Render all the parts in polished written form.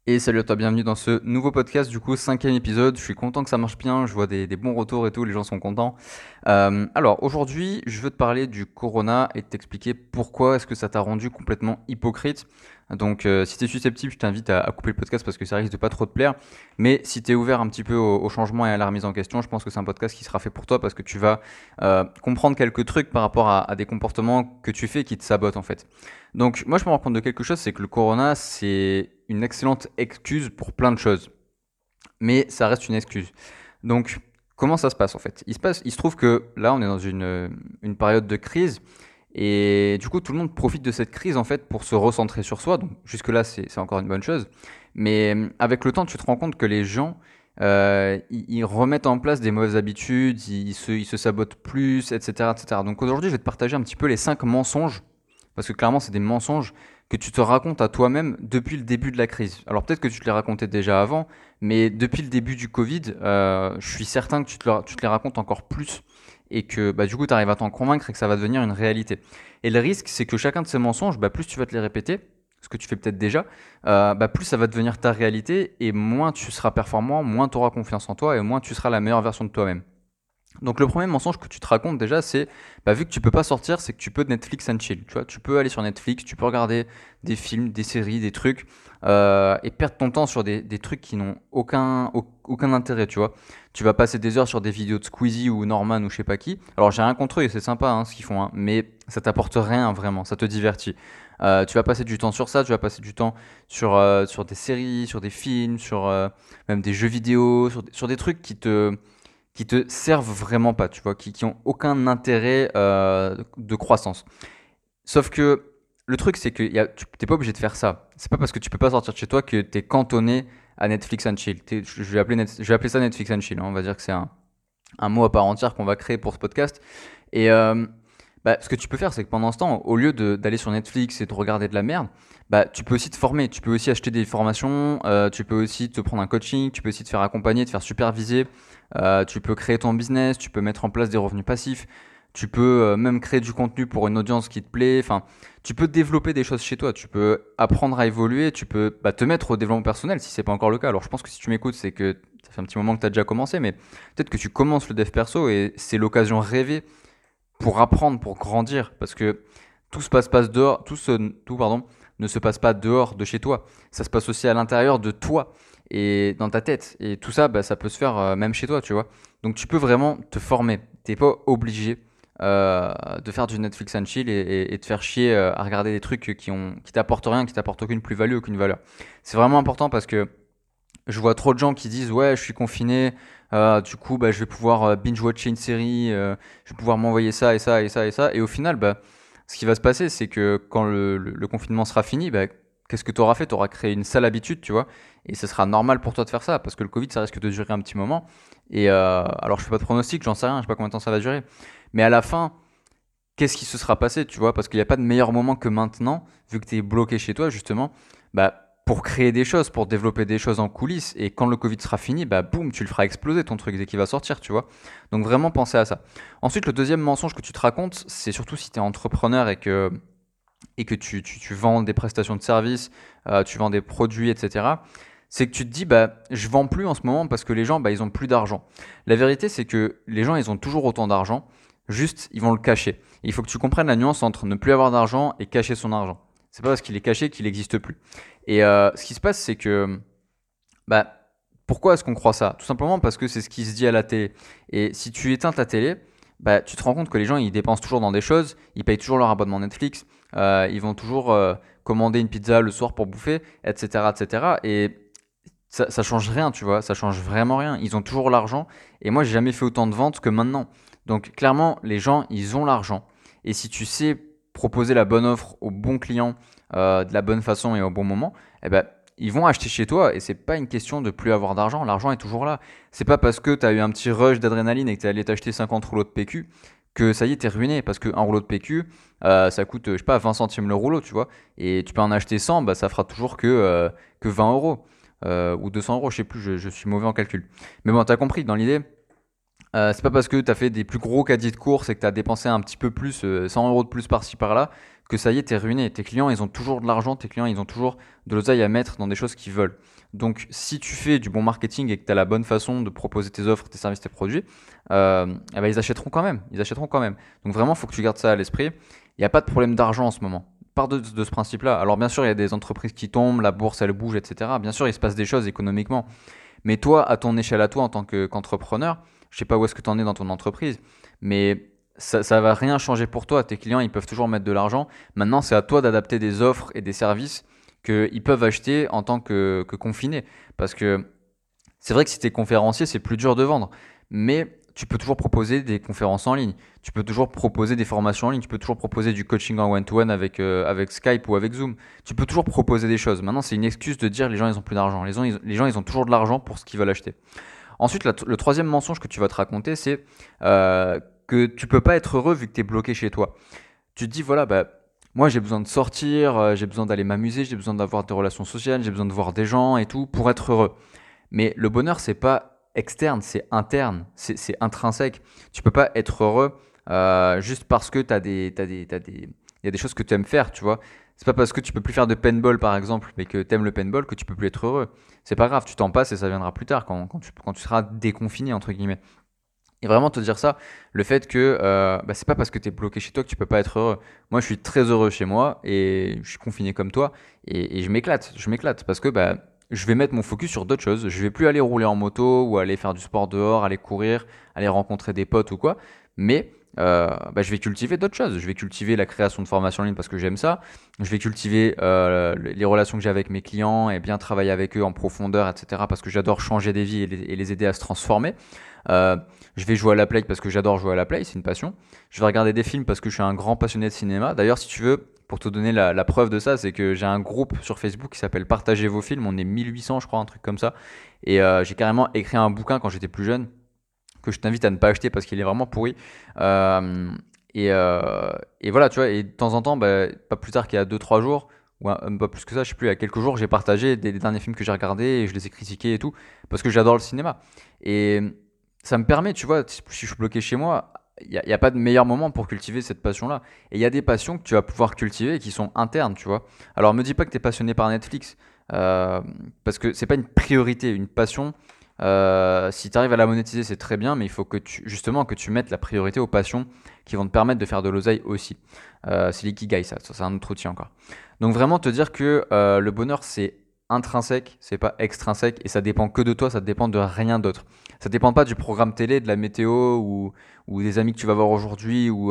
Et salut à toi, bienvenue dans ce nouveau podcast, du coup, cinquième épisode. Je suis content que ça marche bien, je vois des bons retours et tout, les gens sont contents. Alors, aujourd'hui, je veux te parler du corona et t'expliquer pourquoi est-ce que ça t'a rendu complètement hypocrite. Donc, si t'es susceptible, je t'invite à couper le podcast parce que ça risque de pas trop te plaire. Mais si t'es ouvert un petit peu au changement et à la remise en question, je pense que c'est un podcast qui sera fait pour toi parce que tu vas comprendre quelques trucs par rapport à des comportements que tu fais qui te sabotent en fait. Donc moi je me rends compte de quelque chose, c'est que le corona c'est une excellente excuse pour plein de choses, mais ça reste une excuse. Donc comment ça se passe en fait il se trouve que là on est dans une période de crise et du coup tout le monde profite de cette crise en fait pour se recentrer sur soi. Donc jusque là c'est encore une bonne chose, mais avec le temps tu te rends compte que les gens ils remettent en place des mauvaises habitudes, ils se sabotent plus, etc., etc. Donc aujourd'hui je vais te partager un petit peu les 5 mensonges parce que clairement, c'est des mensonges que tu te racontes à toi-même depuis le début de la crise. Alors peut-être que tu te les racontais déjà avant, mais depuis le début du Covid, je suis certain que tu te les racontes encore plus et que bah, du coup, tu arrives à t'en convaincre et que ça va devenir une réalité. Et le risque, c'est que chacun de ces mensonges, bah, plus tu vas te les répéter, ce que tu fais peut-être déjà, bah, plus ça va devenir ta réalité et moins tu seras performant, moins tu auras confiance en toi et moins tu seras la meilleure version de toi-même. Donc le premier mensonge que tu te racontes déjà, c'est bah, vu que tu peux pas sortir, c'est que tu peux Netflix and chill. Tu vois, tu peux aller sur Netflix, tu peux regarder des films, des séries, des trucs et perdre ton temps sur des trucs qui n'ont aucun intérêt. Tu vois, tu vas passer des heures sur des vidéos de Squeezie ou Norman ou je sais pas qui. Alors j'ai rien contre eux et c'est sympa hein, ce qu'ils font, hein, mais ça t'apporte rien vraiment, ça te divertit. Tu vas passer du temps sur ça, tu vas passer du temps sur des séries, sur des films, sur même des jeux vidéo, sur des trucs qui te servent vraiment pas, tu vois, qui ont aucun intérêt de croissance. Sauf que le truc, c'est que tu n'es pas obligé de faire ça. C'est pas parce que tu peux pas sortir de chez toi que tu es cantonné à Netflix and chill. Je vais appeler ça Netflix and chill, hein. On va dire que c'est un mot à part entière qu'on va créer pour ce podcast. Et bah, ce que tu peux faire, c'est que pendant ce temps, au lieu d'aller sur Netflix et de regarder de la merde, bah, tu peux aussi te former, tu peux aussi acheter des formations, tu peux aussi te prendre un coaching, tu peux aussi te faire accompagner, te faire superviser, tu peux créer ton business, tu peux mettre en place des revenus passifs, tu peux même créer du contenu pour une audience qui te plaît, enfin, tu peux développer des choses chez toi, tu peux apprendre à évoluer, tu peux bah, te mettre au développement personnel si c'est pas encore le cas. Alors je pense que si tu m'écoutes, c'est que ça fait un petit moment que tu as déjà commencé, mais peut-être que tu commences le dev perso et c'est l'occasion rêvée pour apprendre, pour grandir, parce que tout se passe dehors, tout pardon, ne se passe pas dehors de chez toi. Ça se passe aussi à l'intérieur de toi et dans ta tête. Et tout ça, bah, ça peut se faire même chez toi, tu vois. Donc tu peux vraiment te former. T'es pas obligé de faire du Netflix and chill et te faire chier à regarder des trucs qui t'apportent rien, qui t'apportent aucune plus-value, aucune valeur. C'est vraiment important parce que je vois trop de gens qui disent ouais je suis confiné, du coup bah, je vais pouvoir binge-watcher une série, je vais pouvoir m'envoyer ça et ça et ça et ça. Et au final, bah, ce qui va se passer, c'est que quand le confinement sera fini, bah, qu'est-ce que tu auras fait? Tu auras créé une sale habitude, tu vois. Et ce sera normal pour toi de faire ça, parce que le Covid, ça risque de durer un petit moment. Et alors je fais pas de pronostic, j'en sais rien, je sais pas combien de temps ça va durer. Mais à la fin, qu'est-ce qui se sera passé, tu vois, parce qu'il n'y a pas de meilleur moment que maintenant, vu que tu es bloqué chez toi, justement, bah, pour créer des choses, pour développer des choses en coulisses, et quand le Covid sera fini, bah, boum, tu le feras exploser ton truc dès qu'il va sortir, tu vois. Donc vraiment penser à ça. Ensuite, le deuxième mensonge que tu te racontes, c'est surtout si tu es entrepreneur et que tu vends des prestations de services, tu vends des produits, etc. C'est que tu te dis, bah, je vends plus en ce moment parce que les gens, bah, ils ont plus d'argent. La vérité, c'est que les gens, ils ont toujours autant d'argent, juste, ils vont le cacher. Et il faut que tu comprennes la nuance entre ne plus avoir d'argent et cacher son argent. C'est pas parce qu'il est caché qu'il n'existe plus. Et ce qui se passe, c'est que, bah, pourquoi est-ce qu'on croit ça? Tout simplement parce que c'est ce qui se dit à la télé. Et si tu éteins ta télé, bah, tu te rends compte que les gens, ils dépensent toujours dans des choses, ils payent toujours leur abonnement Netflix, ils vont toujours commander une pizza le soir pour bouffer, etc., etc. Et ça change rien, tu vois, ça change vraiment rien. Ils ont toujours l'argent. Et moi, j'ai jamais fait autant de ventes que maintenant. Donc, clairement, les gens, ils ont l'argent. Et si tu sais proposer la bonne offre au bon client, de la bonne façon et au bon moment, eh ben, ils vont acheter chez toi. Et c'est pas une question de plus avoir d'argent. L'argent est toujours là. C'est pas parce que tu as eu un petit rush d'adrénaline et que tu es allé t'acheter 50 rouleaux de PQ que ça y est, t'es ruiné. Parce qu'un rouleau de PQ, ça coûte, je sais pas, 20 centimes le rouleau, tu vois. Et tu peux en acheter 100, bah, ça fera toujours que 20 euros ou 200 euros, je sais plus, je suis mauvais en calcul. Mais bon, t'as compris, dans l'idée, C'est pas parce que tu as fait des plus gros caddies de course et que tu as dépensé un petit peu plus, 100 euros de plus par-ci par-là, que ça y est, t'es ruiné. Tes clients, ils ont toujours de l'argent, tes clients, ils ont toujours de l'oseille à mettre dans des choses qu'ils veulent. Donc, si tu fais du bon marketing et que tu as la bonne façon de proposer tes offres, tes services, tes produits, eh ben, ils achèteront quand même. Ils achèteront quand même. Donc, vraiment, il faut que tu gardes ça à l'esprit. Il n'y a pas de problème d'argent en ce moment. Part de ce principe-là. Alors, bien sûr, il y a des entreprises qui tombent, la bourse, elle bouge, etc. Bien sûr, il se passe des choses économiquement. Mais toi, à ton échelle à toi, en tant qu'entrepreneur, je sais pas où est-ce que tu en es dans ton entreprise, mais ça va rien changer pour toi. Tes clients, ils peuvent toujours mettre de l'argent. Maintenant, c'est à toi d'adapter des offres et des services qu'ils peuvent acheter en tant que confinés. Parce que c'est vrai que si tu es conférencier, c'est plus dur de vendre. Mais tu peux toujours proposer des conférences en ligne. Tu peux toujours proposer des formations en ligne. Tu peux toujours proposer du coaching en one-to-one avec Skype ou avec Zoom. Tu peux toujours proposer des choses. Maintenant, c'est une excuse de dire les gens, ils ont plus d'argent. Les gens, ils ont toujours de l'argent pour ce qu'ils veulent acheter. Ensuite, le troisième mensonge que tu vas te raconter, c'est que tu peux pas être heureux vu que tu es bloqué chez toi. Tu te dis, voilà, bah, moi j'ai besoin de sortir, j'ai besoin d'aller m'amuser, j'ai besoin d'avoir des relations sociales, j'ai besoin de voir des gens et tout pour être heureux. Mais le bonheur, c'est pas externe, c'est interne, c'est intrinsèque. Tu peux pas être heureux juste parce que il y a des choses que tu aimes faire, tu vois. C'est pas parce que tu peux plus faire de paintball par exemple, mais que tu aimes le paintball que tu peux plus être heureux. C'est pas grave, tu t'en passes et ça viendra plus tard quand tu seras déconfiné entre guillemets. Et vraiment te dire ça, le fait que bah, c'est pas parce que tu es bloqué chez toi que tu peux pas être heureux. Moi, je suis très heureux chez moi et je suis confiné comme toi et je m'éclate parce que bah, je vais mettre mon focus sur d'autres choses. Je vais plus aller rouler en moto ou aller faire du sport dehors, aller courir, aller rencontrer des potes ou quoi, mais bah, je vais cultiver d'autres choses. Je vais cultiver la création de formations en ligne parce que j'aime ça. Je vais cultiver les relations que j'ai avec mes clients et bien travailler avec eux en profondeur, etc. parce que j'adore changer des vies et les aider à se transformer. Euh, je vais jouer à la play parce que j'adore jouer à la play, c'est une passion. Je vais regarder des films parce que je suis un grand passionné de cinéma. D'ailleurs, si tu veux, pour te donner la preuve de ça, c'est que j'ai un groupe sur Facebook qui s'appelle Partagez vos films. On est 1800, je crois, un truc comme ça. Et j'ai carrément écrit un bouquin quand j'étais plus jeune que je t'invite à ne pas acheter parce qu'il est vraiment pourri. Euh, et voilà, tu vois, et de temps en temps, bah, pas plus tard qu'il y a 2 3 jours, ou pas plus que ça, je sais plus, il y a quelques jours, j'ai partagé des derniers films que j'ai regardés et je les ai critiqués et tout, parce que j'adore le cinéma. Et ça me permet, tu vois, si je suis bloqué chez moi, il y a pas de meilleur moment pour cultiver cette passion-là. Et il y a des passions que tu vas pouvoir cultiver et qui sont internes, tu vois. Alors me dis pas que tu es passionné par Netflix, euh, parce que c'est pas une priorité, une passion. Si tu arrives à la monétiser, c'est très bien, mais il faut justement que tu mettes la priorité aux passions qui vont te permettre de faire de l'oseille aussi. C'est l'ikigai, ça c'est un autre outil encore. Donc vraiment te dire que le bonheur c'est intrinsèque, c'est pas extrinsèque et ça dépend que de toi, ça dépend de rien d'autre. Ça dépend pas du programme télé, de la météo ou des amis que tu vas voir aujourd'hui ou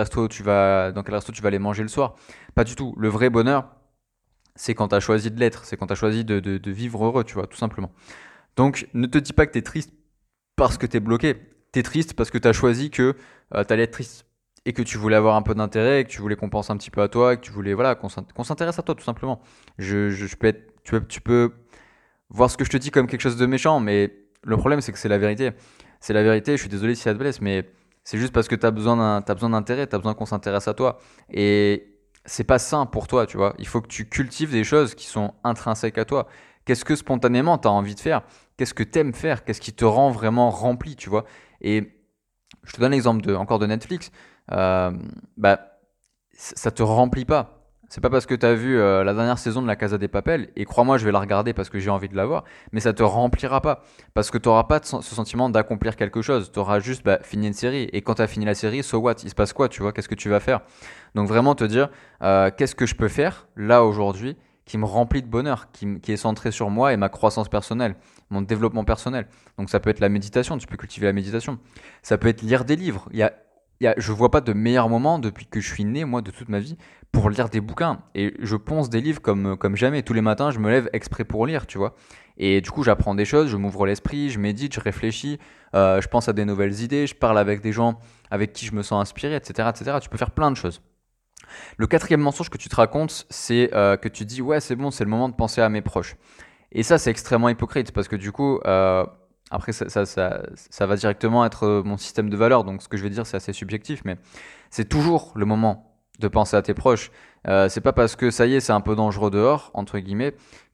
dans quel resto tu vas aller manger le soir. Pas du tout. Le vrai bonheur, c'est quand tu as choisi de l'être, c'est quand tu as choisi de vivre heureux, tu vois, tout simplement. Donc ne te dis pas que tu es triste parce que tu es bloqué. Tu es triste parce que tu as choisi que tu allais être triste et que tu voulais avoir un peu d'intérêt, et que tu voulais qu'on pense un petit peu à toi, et que tu voulais voilà, qu'on s'intéresse à toi tout simplement. Je peux être, tu peux voir ce que je te dis comme quelque chose de méchant, mais le problème c'est que c'est la vérité. C'est la vérité, je suis désolé si ça te blesse, mais c'est juste parce que t'as besoin d'intérêt, tu as besoin qu'on s'intéresse à toi. Et c'est pas sain pour toi, tu vois. Il faut que tu cultives des choses qui sont intrinsèques à toi. Qu'est-ce que spontanément tu as envie de faire? Qu'est-ce que t'aimes faire? Qu'est-ce qui te rend vraiment rempli, tu vois? Et je te donne l'exemple encore de Netflix. Euh, bah, ça te remplit pas. C'est pas parce que tu as vu la dernière saison de La Casa des Papel, et crois-moi, je vais la regarder parce que j'ai envie de la voir, mais ça te remplira pas. Parce que tu n'auras pas ce sentiment d'accomplir quelque chose. Tu auras juste bah, fini une série. Et quand tu as fini la série, so what? Il se passe quoi, tu vois? Qu'est-ce que tu vas faire? Donc vraiment te dire, qu'est-ce que je peux faire là aujourd'hui qui me remplit de bonheur, qui est centré sur moi et ma croissance personnelle, mon développement personnel. Donc ça peut être la méditation, tu peux cultiver la méditation. Ça peut être lire des livres. Je vois pas de meilleur moment depuis que je suis né, moi, de toute ma vie, pour lire des bouquins. Et je ponce des livres comme jamais. Tous les matins, je me lève exprès pour lire, tu vois. Et du coup, j'apprends des choses, je m'ouvre l'esprit, je médite, je réfléchis, je pense à des nouvelles idées, je parle avec des gens avec qui je me sens inspiré, etc., etc. Tu peux faire plein de choses. Le quatrième mensonge que tu te racontes, c'est que tu dis ouais, c'est bon, c'est le moment de penser à mes proches. Et ça, c'est extrêmement hypocrite parce que du coup, après, ça va directement être mon système de valeurs. Donc, ce que je vais dire, c'est assez subjectif, mais c'est toujours le moment de penser à tes proches. C'est pas parce que ça y est, c'est un peu dangereux dehors, entre guillemets,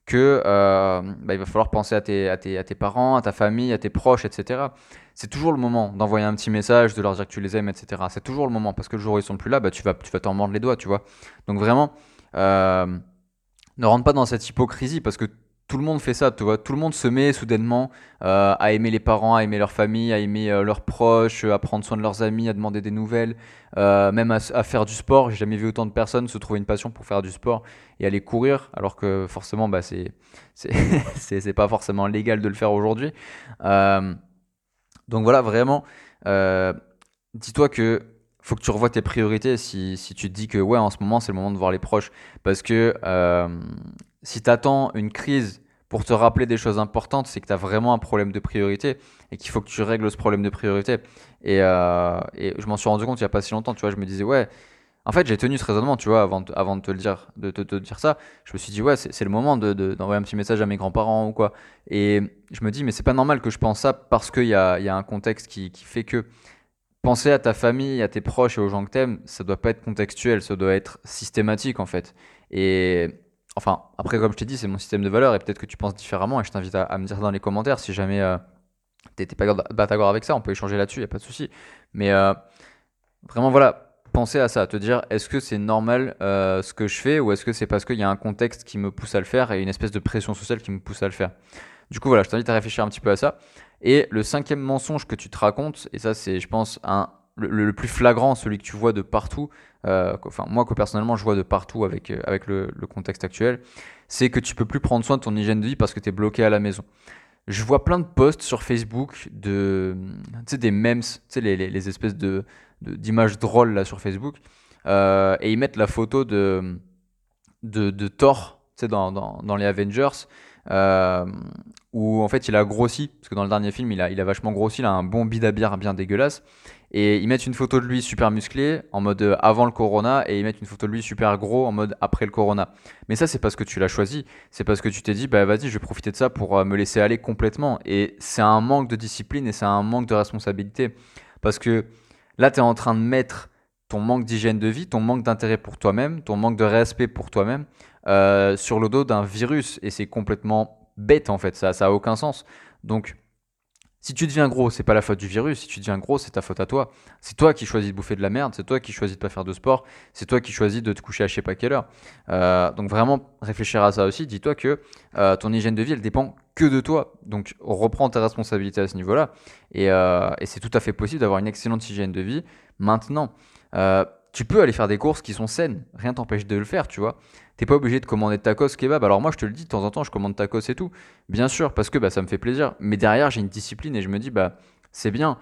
que il va falloir penser à tes parents, à ta famille, à tes proches, etc. C'est toujours le moment d'envoyer un petit message, de leur dire que tu les aimes, etc. C'est toujours le moment, parce que le jour où ils sont plus là, bah, tu vas t'en mordre les doigts, tu vois. Donc vraiment, euh, ne rentre pas dans cette hypocrisie, parce que tout le monde fait ça, tu vois. Tout le monde se met soudainement à aimer les parents, à aimer leur famille, à aimer leurs proches, à prendre soin de leurs amis, à demander des nouvelles, même à faire du sport. J'ai jamais vu autant de personnes se trouver une passion pour faire du sport et aller courir, alors que forcément, bah, c'est, c'est pas forcément légal de le faire aujourd'hui. Euh, donc voilà, vraiment, euh, dis-toi que faut que tu revoies tes priorités si tu te dis que ouais, en ce moment, c'est le moment de voir les proches. Parce que si tu attends une crise pour te rappeler des choses importantes, c'est que tu as vraiment un problème de priorité et qu'il faut que tu règles ce problème de priorité. Et je m'en suis rendu compte il n'y a pas si longtemps, tu vois, je me disais ouais, en fait, j'ai tenu ce raisonnement, tu vois, avant de te le dire, de te dire ça. Je me suis dit, ouais, c'est le moment d'envoyer un petit message à mes grands-parents ou quoi. Et je me dis, mais c'est pas normal que je pense ça parce il y a un contexte qui fait que penser à ta famille, à tes proches et aux gens que t'aimes, ça doit pas être contextuel, ça doit être systématique en fait. Et enfin, après, comme je t'ai dit, c'est mon système de valeurs et peut-être que tu penses différemment et je t'invite à me dire dans les commentaires si jamais t'es pas d'accord avec ça, on peut échanger là-dessus, y a pas de souci. Mais vraiment, voilà, penser à ça, te dire est-ce que c'est normal ce que je fais ou est-ce que c'est parce qu'il y a un contexte qui me pousse à le faire et une espèce de pression sociale qui me pousse à le faire. Du coup, voilà, je t'invite à réfléchir un petit peu à ça. Et le cinquième mensonge que tu te racontes, et ça c'est, je pense, le plus flagrant, celui que tu vois de partout, enfin moi que personnellement je vois de partout avec le contexte actuel, c'est que tu peux plus prendre soin de ton hygiène de vie parce que tu es bloqué à la maison. Je vois plein de posts sur Facebook tu sais, des memes, tu sais, les espèces d'images drôles là sur Facebook, et ils mettent la photo de Thor, tu sais, dans les Avengers, euh, où en fait il a grossi, parce que dans le dernier film il a vachement grossi, il a un bon bide à bière bien dégueulasse, et ils mettent une photo de lui super musclé en mode avant le corona, et ils mettent une photo de lui super gros en mode après le corona. Mais ça c'est parce que tu l'as choisi, c'est parce que tu t'es dit bah vas-y je vais profiter de ça pour me laisser aller complètement, et c'est un manque de discipline et c'est un manque de responsabilité, parce que là tu es en train de mettre ton manque d'hygiène de vie, ton manque d'intérêt pour toi-même, ton manque de respect pour toi-même, sur le dos d'un virus. Et c'est complètement bête en fait, ça a aucun sens. Donc, si tu deviens gros, c'est pas la faute du virus. Si tu deviens gros, c'est ta faute à toi. C'est toi qui choisis de bouffer de la merde. C'est toi qui choisis de pas faire de sport. C'est toi qui choisis de te coucher à je sais pas quelle heure. Donc vraiment réfléchir à ça aussi. Dis-toi que ton hygiène de vie, elle dépend que de toi. Donc reprends tes responsabilités à ce niveau-là. Et c'est tout à fait possible d'avoir une excellente hygiène de vie. Maintenant, tu peux aller faire des courses qui sont saines. Rien t'empêche de le faire, tu vois. T'es pas obligé de commander tacos, kebab. Alors moi, je te le dis, de temps en temps, je commande tacos et tout. Bien sûr, parce que bah, ça me fait plaisir. Mais derrière, j'ai une discipline et je me dis, bah, c'est bien.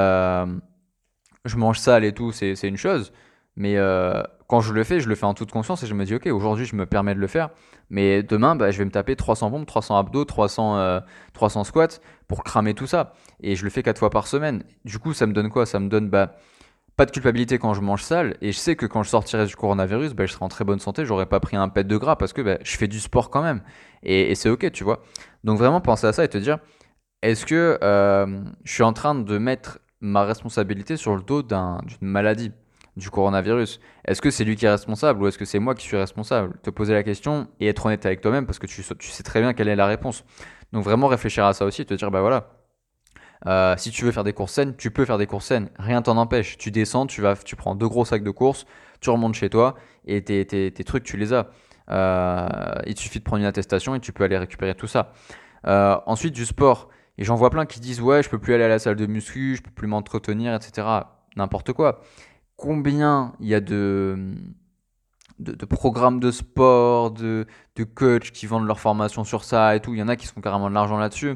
Je mange sale et tout, c'est une chose. Mais quand je le fais en toute conscience et je me dis, ok, aujourd'hui, je me permets de le faire. Mais demain, bah, je vais me taper 300 pompes, 300 abdos, 300 squats pour cramer tout ça. Et je le fais 4 fois par semaine. Du coup, ça me donne quoi? Ça me donne bah, pas de culpabilité quand je mange sale. Et je sais que quand je sortirai du coronavirus, bah, je serai en très bonne santé. J'aurai pas pris un pet de gras parce que bah, je fais du sport quand même. Et c'est ok, tu vois. Donc vraiment, penser à ça et te dire, est-ce que je suis en train de mettre ma responsabilité sur le dos d'une maladie, du coronavirus? Est-ce que c'est lui qui est responsable ou est-ce que c'est moi qui suis responsable? Te poser la question et être honnête avec toi-même parce que tu sais très bien quelle est la réponse. Donc vraiment réfléchir à ça aussi et te dire, bah voilà, si tu veux faire des courses saines, tu peux faire des courses saines, rien t'en empêche. Tu descends, tu prends 2 gros sacs de courses, tu remontes chez toi et tes trucs, tu les as. Il te suffit de prendre une attestation et tu peux aller récupérer tout ça. Ensuite, du sport. Et j'en vois plein qui disent ouais, je peux plus aller à la salle de muscu, je peux plus m'entretenir, etc. N'importe quoi. Combien il y a de programmes de sport, de coachs qui vendent leur formation sur ça et tout. Il y en a qui se font carrément de l'argent là-dessus,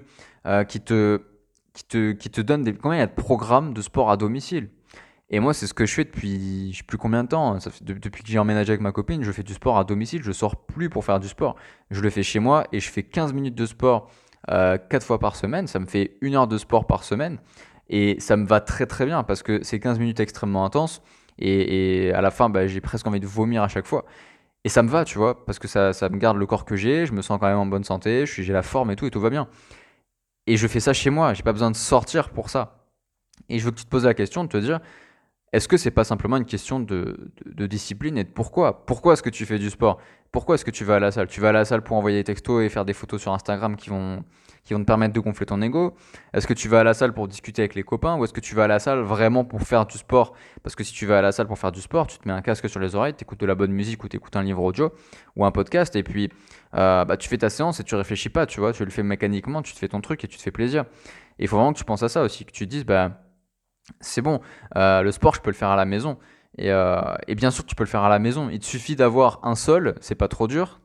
qui te donnent combien il y a de programmes de sport à domicile. Et moi, c'est ce que je fais depuis je sais plus combien de temps. Depuis que j'ai emménagé avec ma copine, je fais du sport à domicile. Je sors plus pour faire du sport. Je le fais chez moi et je fais 15 minutes de sport 4 fois par semaine. Ça me fait 1 heure de sport par semaine. Et ça me va très très bien parce que c'est 15 minutes extrêmement intenses. Et à la fin, bah, j'ai presque envie de vomir à chaque fois. Et ça me va, tu vois, parce que ça me garde le corps que j'ai. Je me sens quand même en bonne santé. J'ai la forme et tout va bien. Et je fais ça chez moi. J'ai pas besoin de sortir pour ça. Et je veux que tu te poses la question de te dire, est-ce que c'est pas simplement une question de discipline et de pourquoi? Pourquoi est-ce que tu fais du sport? Pourquoi est-ce que tu vas à la salle? Tu vas à la salle pour envoyer des textos et faire des photos sur Instagram qui vont te permettre de gonfler ton ego? Est-ce que tu vas à la salle pour discuter avec les copains ou est-ce que tu vas à la salle vraiment pour faire du sport? Parce que si tu vas à la salle pour faire du sport, tu te mets un casque sur les oreilles, tu écoutes de la bonne musique ou tu écoutes un livre audio ou un podcast et puis bah, tu fais ta séance et tu réfléchis pas, tu vois, tu le fais mécaniquement, tu te fais ton truc et tu te fais plaisir. Et il faut vraiment que tu penses à ça aussi, que tu te dises, bah, c'est bon, le sport, je peux le faire à la maison. Et bien sûr, tu peux le faire à la maison. Il te suffit d'avoir un sol, c'est pas trop dur,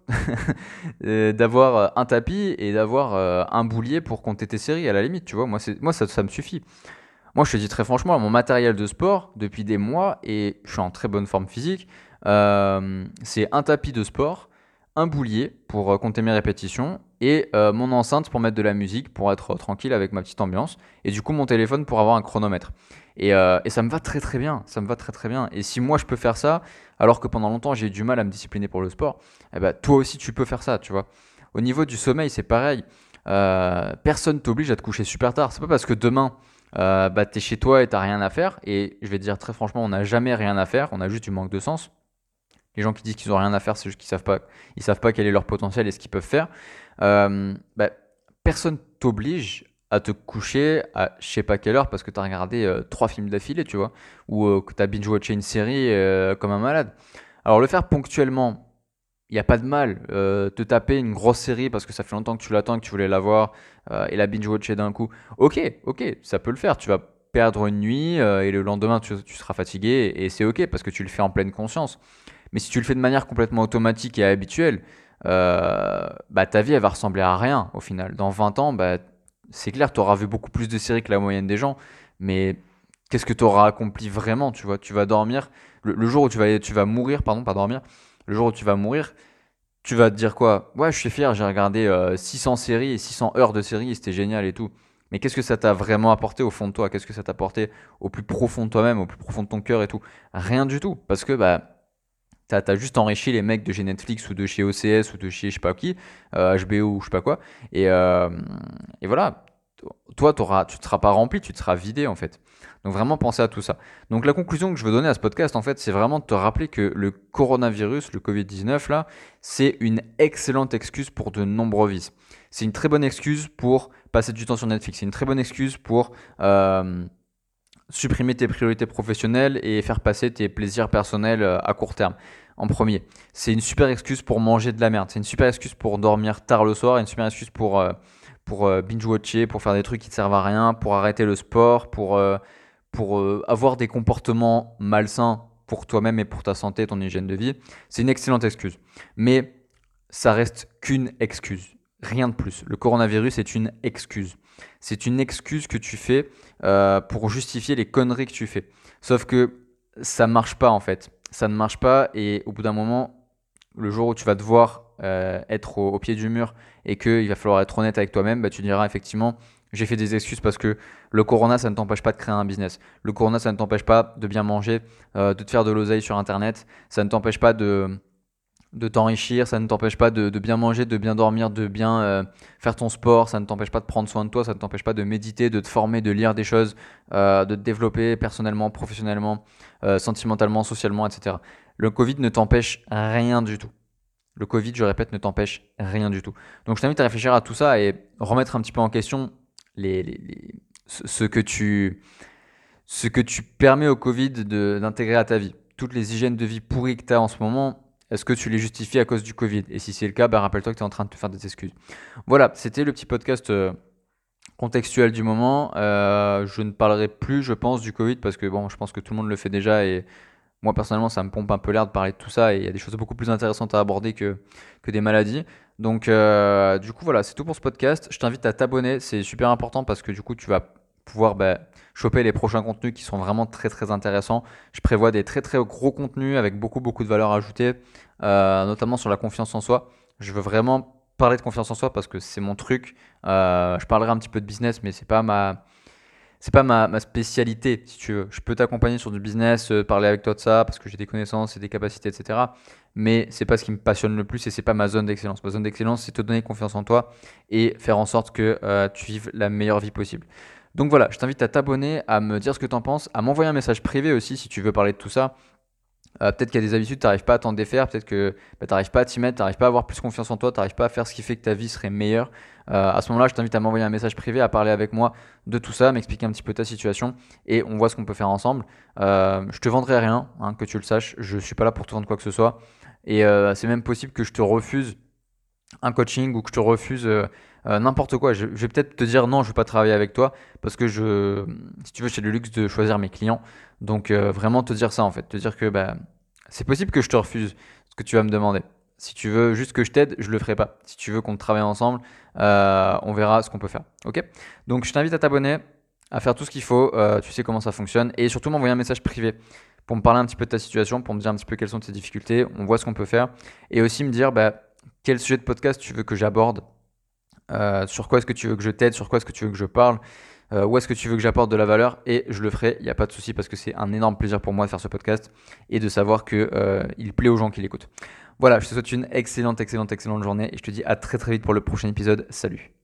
d'avoir un tapis et d'avoir un boulier pour compter tes séries, à la limite, tu vois. Moi ça me suffit. Moi, je te dis très franchement, mon matériel de sport, depuis des mois, et je suis en très bonne forme physique, c'est un tapis de sport, un boulier pour compter mes répétitions, et mon enceinte pour mettre de la musique, pour être tranquille avec ma petite ambiance, et du coup mon téléphone pour avoir un chronomètre. Et ça me va très très bien, ça me va très très bien. Et si moi je peux faire ça, alors que pendant longtemps j'ai eu du mal à me discipliner pour le sport, eh ben, toi aussi tu peux faire ça, tu vois. Au niveau du sommeil, c'est pareil. Personne t'oblige à te coucher super tard. C'est pas parce que demain bah, t'es chez toi et t'as rien à faire. Et je vais te dire très franchement, on n'a jamais rien à faire, on a juste du manque de sens. Les gens qui disent qu'ils ont rien à faire, c'est juste qu'ils savent pas quel est leur potentiel et ce qu'ils peuvent faire. Bah, personne t'oblige à te coucher à je sais pas quelle heure parce que t'as regardé trois films d'affilée, tu vois, ou que t'as binge-watché une série comme un malade. Alors le faire ponctuellement, il n'y a pas de mal. Te taper une grosse série parce que ça fait longtemps que tu l'attends, que tu voulais la voir, et la binge-watcher d'un coup. Ok, ok, ça peut le faire. Tu vas perdre une nuit et le lendemain tu seras fatigué et c'est ok parce que tu le fais en pleine conscience. Mais si tu le fais de manière complètement automatique et habituelle, bah, ta vie elle va ressembler à rien au final. Dans 20 ans, bah, c'est clair, tu auras vu beaucoup plus de séries que la moyenne des gens, mais qu'est-ce que tu auras accompli vraiment, tu vois? Tu vas dormir, le jour où tu vas mourir, pardon, pas dormir, le jour où tu vas mourir, tu vas te dire quoi? Ouais, je suis fier, j'ai regardé 600 séries et 600 heures de séries, et c'était génial et tout. Mais qu'est-ce que ça t'a vraiment apporté au fond de toi? Qu'est-ce que ça t'a apporté au plus profond de toi-même, au plus profond de ton cœur et tout? Rien du tout. Parce que bah, t'as juste enrichi les mecs de chez Netflix ou de chez OCS ou de chez je sais pas qui, HBO ou je sais pas quoi. Et, euh, et voilà, toi, tu te seras pas rempli, tu te seras vidé en fait. Donc vraiment penser à tout ça. Donc la conclusion que je veux donner à ce podcast en fait, c'est vraiment de te rappeler que le coronavirus, le Covid-19 là, c'est une excellente excuse pour de nombreux vices. C'est une très bonne excuse pour passer du temps sur Netflix. C'est une très bonne excuse pour supprimer tes priorités professionnelles et faire passer tes plaisirs personnels à court terme en premier. C'est une super excuse pour manger de la merde. C'est une super excuse pour dormir tard le soir. Une super excuse pour binge-watcher, pour faire des trucs qui ne servent à rien, pour arrêter le sport, pour avoir des comportements malsains pour toi-même et pour ta santé, ton hygiène de vie. C'est une excellente excuse. Mais ça reste qu'une excuse. Rien de plus. Le coronavirus est une excuse. C'est une excuse que tu fais pour justifier les conneries que tu fais. Sauf que ça marche pas en fait. Ça ne marche pas et au bout d'un moment, le jour où tu vas devoir être au pied du mur et qu'il va falloir être honnête avec toi-même, bah, tu diras effectivement j'ai fait des excuses parce que le corona ça ne t'empêche pas de créer un business. Le corona ça ne t'empêche pas de bien manger, de te faire de l'oseille sur internet. Ça ne t'empêche pas de t'enrichir, ça ne t'empêche pas de bien manger, de bien dormir, de bien faire ton sport, ça ne t'empêche pas de prendre soin de toi, ça ne t'empêche pas de méditer, de te former, de lire des choses, de te développer personnellement, professionnellement, sentimentalement, socialement, etc. Le Covid ne t'empêche rien du tout. Le Covid, je répète, ne t'empêche rien du tout. Donc je t'invite à réfléchir à tout ça et remettre un petit peu en question ce ce que tu permets au Covid d'intégrer à ta vie. Toutes les hygiènes de vie pourries que tu as en ce moment, est-ce que tu les justifies à cause du Covid? Et si c'est le cas, bah, rappelle-toi que tu es en train de te faire des excuses. Voilà, c'était le petit podcast contextuel du moment. Je ne parlerai plus, je pense, du Covid parce que bon, je pense que tout le monde le fait déjà et moi personnellement, ça me pompe un peu l'air de parler de tout ça et il y a des choses beaucoup plus intéressantes à aborder que des maladies. Donc, du coup, voilà, c'est tout pour ce podcast. Je t'invite à t'abonner, c'est super important parce que du coup, tu vas pouvoir bah, choper les prochains contenus qui sont vraiment très très intéressants. Je prévois des très très gros contenus avec beaucoup beaucoup de valeur ajoutée, notamment sur la confiance en soi. Je veux vraiment parler de confiance en soi parce que c'est mon truc. Je parlerai un petit peu de business, mais c'est pas ma spécialité, si tu veux. Je peux t'accompagner sur du business, parler avec toi de ça, parce que j'ai des connaissances et des capacités, etc. Mais c'est pas ce qui me passionne le plus et c'est pas ma zone d'excellence. Ma zone d'excellence, c'est te donner confiance en toi et faire en sorte que tu vives la meilleure vie possible. Donc voilà, je t'invite à t'abonner, à me dire ce que tu en penses, à m'envoyer un message privé aussi si tu veux parler de tout ça. Peut-être qu'il y a des habitudes, tu n'arrives pas à t'en défaire, peut-être que tu n'arrives pas à t'y mettre, tu n'arrives pas à avoir plus confiance en toi, tu n'arrives pas à faire ce qui fait que ta vie serait meilleure. À ce moment-là, je t'invite à m'envoyer un message privé, à parler avec moi de tout ça, m'expliquer un petit peu ta situation et on voit ce qu'on peut faire ensemble. Je te vendrai rien, hein, que tu le saches, je suis pas là pour te vendre quoi que ce soit. Et c'est même possible que je te refuse un coaching ou que je te refuse n'importe quoi. Je vais peut-être te dire non, je ne veux pas travailler avec toi parce que si tu veux, j'ai le luxe de choisir mes clients. Donc vraiment te dire ça en fait, te dire que bah, c'est possible que je te refuse ce que tu vas me demander. Si tu veux juste que je t'aide, je le ferai pas. Si tu veux qu'on travaille ensemble, on verra ce qu'on peut faire. Ok. Donc je t'invite à t'abonner, à faire tout ce qu'il faut. Tu sais comment ça fonctionne et surtout m'envoyer un message privé pour me parler un petit peu de ta situation, pour me dire un petit peu quelles sont tes difficultés. On voit ce qu'on peut faire et aussi me dire bah, quel sujet de podcast tu veux que j'aborde, sur quoi est-ce que tu veux que je t'aide, sur quoi est-ce que tu veux que je parle, où est-ce que tu veux que j'apporte de la valeur et je le ferai, il n'y a pas de souci parce que c'est un énorme plaisir pour moi de faire ce podcast et de savoir que il plaît aux gens qui l'écoutent. Voilà, je te souhaite une excellente journée et je te dis à très très vite pour le prochain épisode. Salut.